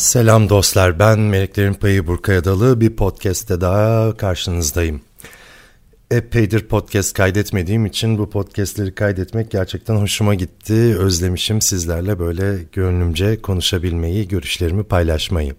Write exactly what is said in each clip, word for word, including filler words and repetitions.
Selam dostlar, ben Meleklerin Payı Burkay Adalı, bir podcast'te daha karşınızdayım. Epeydir podcast kaydetmediğim için bu podcast'leri kaydetmek gerçekten hoşuma gitti. Özlemişim sizlerle böyle gönlümce konuşabilmeyi, görüşlerimi paylaşmayı.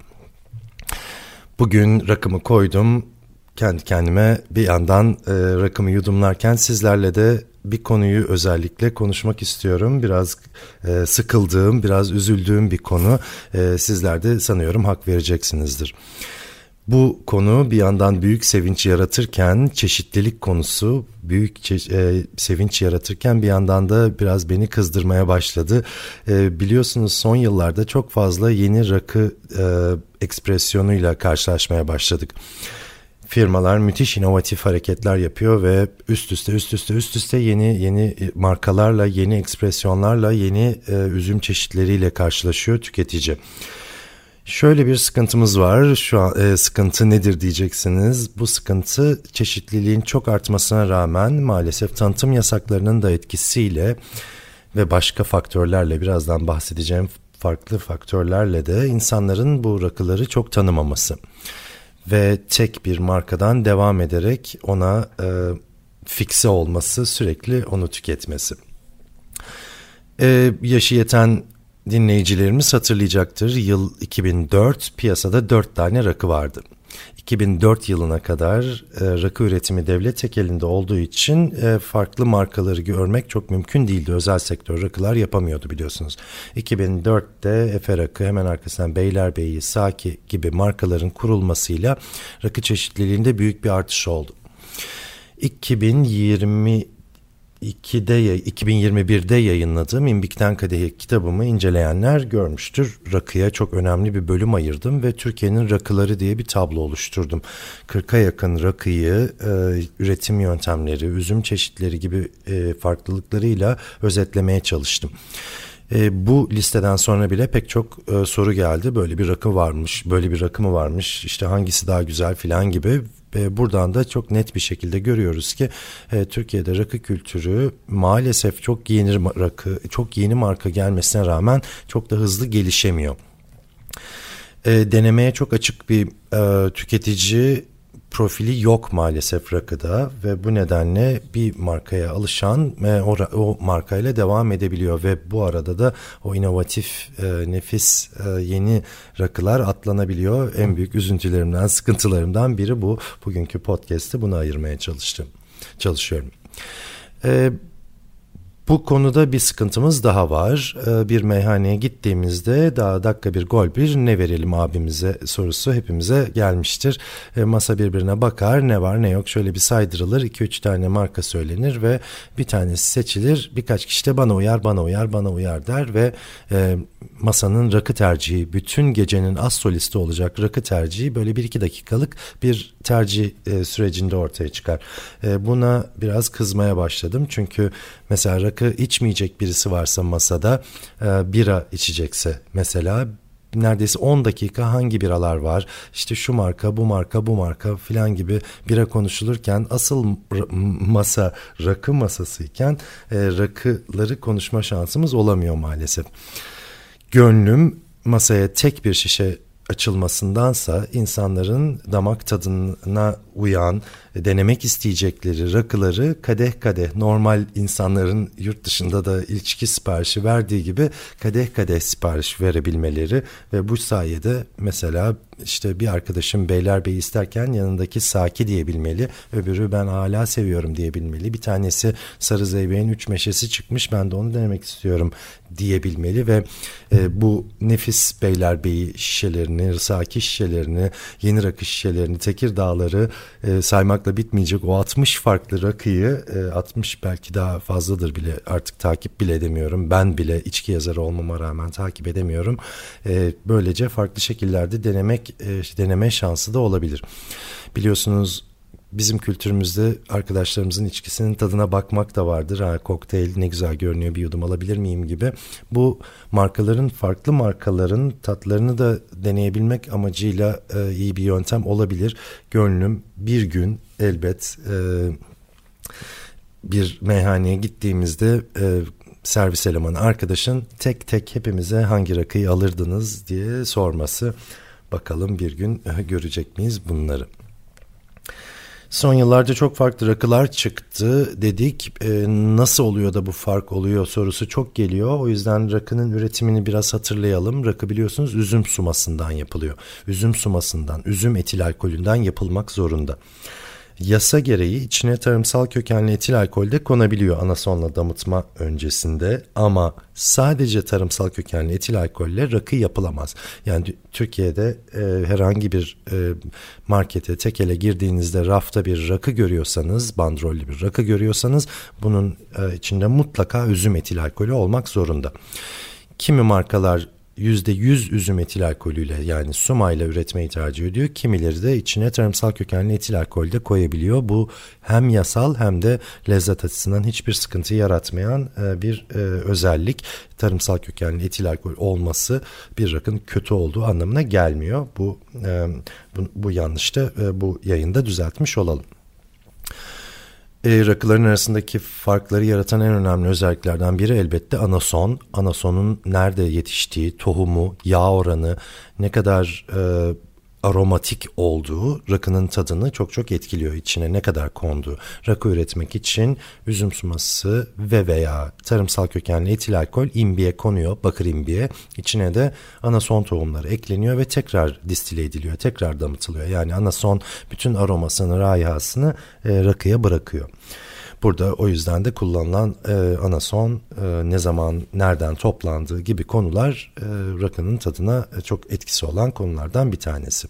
Bugün rakımı koydum, kendi kendime bir yandan e, rakımı yudumlarken sizlerle de bir konuyu özellikle konuşmak istiyorum. Biraz e, sıkıldığım, biraz üzüldüğüm bir konu. E, sizler de sanıyorum hak vereceksinizdir. Bu konu bir yandan büyük sevinç yaratırken, çeşitlilik konusu büyük çe- e, sevinç yaratırken bir yandan da biraz beni kızdırmaya başladı. E, biliyorsunuz son yıllarda çok fazla yeni rakı e, ekspresyonuyla karşılaşmaya başladık. Firmalar müthiş inovatif hareketler yapıyor ve üst üste üst üste üst üste yeni yeni markalarla, yeni ekspresyonlarla, yeni e, üzüm çeşitleriyle karşılaşıyor tüketici. Şöyle bir sıkıntımız var. Şu an e, sıkıntı nedir diyeceksiniz. Bu sıkıntı çeşitliliğin çok artmasına rağmen maalesef tanıtım yasaklarının da etkisiyle ve başka faktörlerle, birazdan bahsedeceğim farklı faktörlerle de insanların bu rakıları çok tanımaması ve tek bir markadan devam ederek ona e, fikse olması, sürekli onu tüketmesi. E, yaşı yeten dinleyicilerimiz hatırlayacaktır. Yıl iki bin dört, piyasada dört tane rakı vardı. iki bin dört yılına kadar e, rakı üretimi devlet tekelinde olduğu için e, farklı markaları görmek çok mümkün değildi. Özel sektör rakılar yapamıyordu biliyorsunuz. iki bin dörtte Efe Rakı, hemen arkasından Beylerbeyi, Saki gibi markaların kurulmasıyla rakı çeşitliliğinde büyük bir artış oldu. iki bin yirmi ikide, iki bin yirmi birde yayınladığım İmbik'ten Kadehe kitabımı inceleyenler görmüştür. Rakıya çok önemli bir bölüm ayırdım ve Türkiye'nin rakıları diye bir tablo oluşturdum. kırka yakın rakıyı e, üretim yöntemleri, üzüm çeşitleri gibi e, farklılıklarıyla özetlemeye çalıştım. E, bu listeden sonra bile pek çok e, soru geldi. Böyle bir rakı varmış, böyle bir rakı mı varmış, işte hangisi daha güzel filan gibi. E, buradan da çok net bir şekilde görüyoruz ki e, Türkiye'de rakı kültürü maalesef çok yeni rakı, çok yeni marka gelmesine rağmen çok da hızlı gelişemiyor. E, denemeye çok açık bir e, tüketici profili yok maalesef rakıda ve bu nedenle bir markaya alışan ve o, o markayla devam edebiliyor ve bu arada da o inovatif, e, nefis e, yeni rakılar atlanabiliyor. En büyük üzüntülerimden, sıkıntılarımdan biri bu. Bugünkü podcast'te bunu ayırmaya çalıştım, çalışıyorum. E, Bu konuda bir sıkıntımız daha var. Bir meyhaneye gittiğimizde daha dakika bir gol bir ne verelim abimize sorusu hepimize gelmiştir. Masa birbirine bakar, ne var ne yok şöyle bir saydırılır, iki üç tane marka söylenir ve bir tanesi seçilir. Birkaç kişi de bana uyar, bana uyar, bana uyar der ve e, masanın rakı tercihi, bütün gecenin az solisti olacak rakı tercihi böyle bir iki dakikalık bir tercih e, sürecinde ortaya çıkar. E, buna biraz kızmaya başladım çünkü mesela rakı içmeyecek birisi varsa masada, e, bira içecekse mesela neredeyse on dakika hangi biralar var, işte şu marka, bu marka, bu marka filan gibi bira konuşulurken asıl masa rakı masasıyken e, rakıları konuşma şansımız olamıyor maalesef. Gönlüm masaya tek bir şişe açılmasındansa insanların damak tadına uyan, denemek isteyecekleri rakıları kadeh kadeh, normal insanların yurt dışında da içki siparişi verdiği gibi kadeh kadeh sipariş verebilmeleri ve bu sayede mesela işte bir arkadaşım Beylerbeyi isterken yanındaki Saki diyebilmeli, öbürü ben hala seviyorum diyebilmeli, bir tanesi Sarı Zeybek'in üç meşesi çıkmış, ben de onu denemek istiyorum diyebilmeli ve e, bu nefis Beylerbeyi şişelerini, Saki şişelerini, yeni rakı şişelerini, Tekirdağları e, saymakla bitmeyecek o altmış farklı rakıyı, e, altmış belki daha fazladır bile, artık takip bile edemiyorum. Ben bile içki yazarı olmama rağmen takip edemiyorum. E, böylece farklı şekillerde denemek, e, deneme şansı da olabilir. Biliyorsunuz bizim kültürümüzde arkadaşlarımızın içkisinin tadına bakmak da vardır. Ha, kokteyl ne güzel görünüyor, bir yudum alabilir miyim gibi. Bu markaların, farklı markaların tatlarını da deneyebilmek amacıyla e, iyi bir yöntem olabilir. Gönlüm bir gün elbet e, bir meyhaneye gittiğimizde e, servis elemanı arkadaşın tek tek hepimize hangi rakıyı alırdınız diye sorması. Bakalım bir gün görecek miyiz bunları? Son yıllarda çok farklı rakılar çıktı dedik. E, nasıl oluyor da bu fark oluyor sorusu çok geliyor. O yüzden rakının üretimini biraz hatırlayalım. Rakı biliyorsunuz üzüm sumasından yapılıyor. Üzüm sumasından, üzüm etil alkolünden yapılmak zorunda. Yasa gereği içine tarımsal kökenli etil alkol de konabiliyor anasonla damıtma öncesinde, ama sadece tarımsal kökenli etil alkolle rakı yapılamaz. Yani Türkiye'de e, herhangi bir e, markete, tekele girdiğinizde rafta bir rakı görüyorsanız, bandrollü bir rakı görüyorsanız bunun e, içinde mutlaka üzüm etil alkolü olmak zorunda. Kimi markalar yüzde yüz üzüm etil alkolüyle, yani sumayla üretmeyi tercih ediyor. Kimileri de içine tarımsal kökenli etil alkol de koyabiliyor. Bu hem yasal hem de lezzet açısından hiçbir sıkıntı yaratmayan bir özellik. Tarımsal kökenli etil alkol olması bir rakının kötü olduğu anlamına gelmiyor. Bu bu, bu yanlışta bu yayında düzeltmiş olalım. E, rakıların arasındaki farkları yaratan en önemli özelliklerden biri elbette anason. Anasonun nerede yetiştiği, tohumu, yağ oranı, ne kadar e, aromatik olduğu rakının tadını çok çok etkiliyor. İçine ne kadar konduğu. Rakı üretmek için üzüm suması ve veya tarımsal kökenli etil alkol imbiye konuyor, bakır imbiye. İçine de anason tohumları ekleniyor ve tekrar distile ediliyor, tekrar damıtılıyor. Yani anason bütün aromasını, raihasını e, rakıya bırakıyor. Burada o yüzden de kullanılan e, anason e, ne zaman, nereden toplandığı gibi konular e, rakının tadına çok etkisi olan konulardan bir tanesi.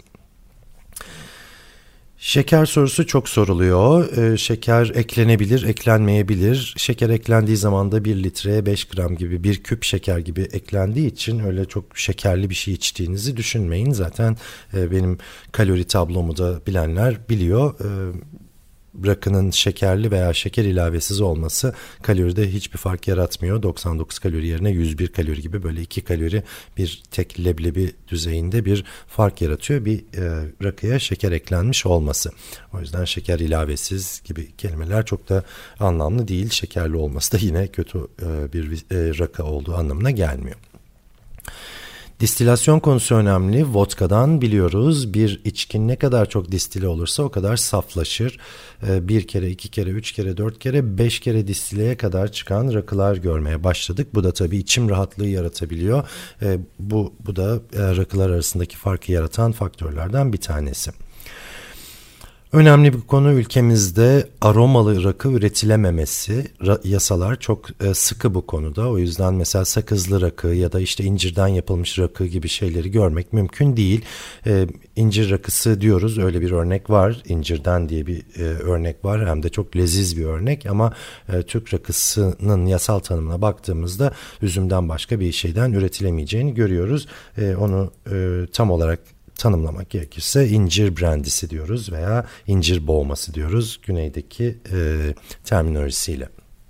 Şeker sorusu çok soruluyor. E, şeker eklenebilir, eklenmeyebilir. Şeker eklendiği zaman da bir litreye beş gram gibi, bir küp şeker gibi eklendiği için öyle çok şekerli bir şey içtiğinizi düşünmeyin. Zaten e, benim kalori tablomu da bilenler biliyor. E, Rakının şekerli veya şeker ilavesiz olması kaloride hiçbir fark yaratmıyor. doksan dokuz kalori yerine yüz bir kalori gibi böyle iki kalori bir tek leblebi düzeyinde bir fark yaratıyor bir e, rakıya şeker eklenmiş olması. O yüzden şeker ilavesiz gibi kelimeler çok da anlamlı değil. Şekerli olması da yine kötü e, bir e, rakı olduğu anlamına gelmiyor. Distilasyon konusu önemli. Vodka'dan biliyoruz, bir içki ne kadar çok distile olursa o kadar saflaşır. Bir kere, iki kere, üç kere, dört kere, beş kere distileye kadar çıkan rakılar görmeye başladık. Bu da tabii içim rahatlığı yaratabiliyor. Bu, bu da rakılar arasındaki farkı yaratan faktörlerden bir tanesi. Önemli bir konu, ülkemizde aromalı rakı üretilememesi. Ra- yasalar çok e, sıkı bu konuda. O yüzden mesela sakızlı rakı ya da işte incirden yapılmış rakı gibi şeyleri görmek mümkün değil. E, incir rakısı diyoruz, öyle bir örnek var. İncirden diye bir e, örnek var, hem de çok leziz bir örnek, ama e, Türk rakısının yasal tanımına baktığımızda üzümden başka bir şeyden üretilemeyeceğini görüyoruz. E, onu e, tam olarak tanımlamak gerekirse incir brandisi diyoruz veya incir boğması diyoruz güneydeki e, terminolojisiyle.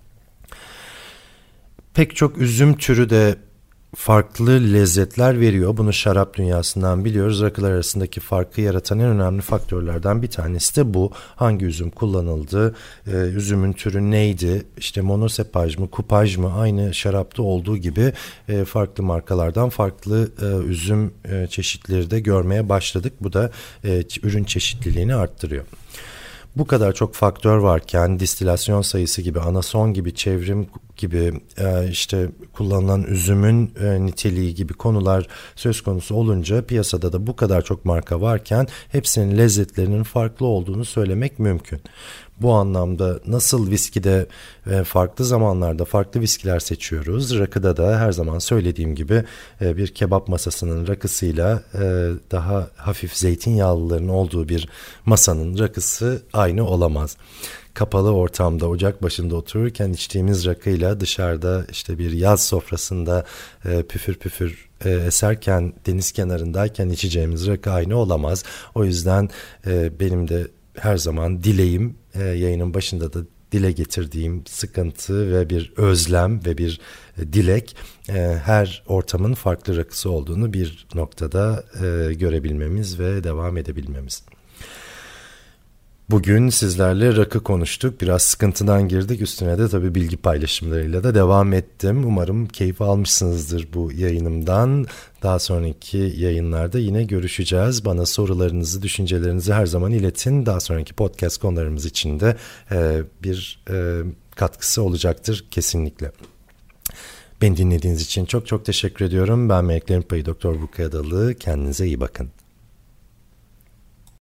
Pek çok üzüm türü de farklı lezzetler veriyor. Bunu şarap dünyasından biliyoruz. Rakılar arasındaki farkı yaratan en önemli faktörlerden bir tanesi de bu. Hangi üzüm kullanıldı, e, üzümün türü neydi, işte monosepaj mı, kupaj mı, aynı şarapta olduğu gibi e, farklı markalardan farklı e, üzüm e, çeşitleri de görmeye başladık. Bu da e, ürün çeşitliliğini arttırıyor. Bu kadar çok faktör varken distilasyon sayısı gibi, anason gibi, çevrim gibi, işte kullanılan üzümün niteliği gibi konular söz konusu olunca, piyasada da bu kadar çok marka varken hepsinin lezzetlerinin farklı olduğunu söylemek mümkün. Bu anlamda nasıl viskide farklı zamanlarda farklı viskiler seçiyoruz, rakıda da her zaman söylediğim gibi bir kebap masasının rakısıyla daha hafif zeytinyağlıların olduğu bir masanın rakısı aynı olamaz. Kapalı ortamda ocak başında otururken içtiğimiz rakıyla dışarıda işte bir yaz sofrasında e, püfür püfür e, eserken, deniz kenarındayken içeceğimiz rakı aynı olamaz. O yüzden e, benim de her zaman dileğim, e, yayının başında da dile getirdiğim sıkıntı ve bir özlem ve bir e, dilek, e, her ortamın farklı rakısı olduğunu bir noktada e, görebilmemiz ve devam edebilmemiz. Bugün sizlerle rakı konuştuk. Biraz sıkıntıdan girdik. Üstüne de tabii bilgi paylaşımlarıyla da devam ettim. Umarım keyif almışsınızdır bu yayınımdan. Daha sonraki yayınlarda yine görüşeceğiz. Bana sorularınızı, düşüncelerinizi her zaman iletin. Daha sonraki podcast konularımız için de e, bir e, katkısı olacaktır kesinlikle. Beni dinlediğiniz için çok çok teşekkür ediyorum. Ben Meleklerin Payı Doktor Burkay Adalı. Kendinize iyi bakın.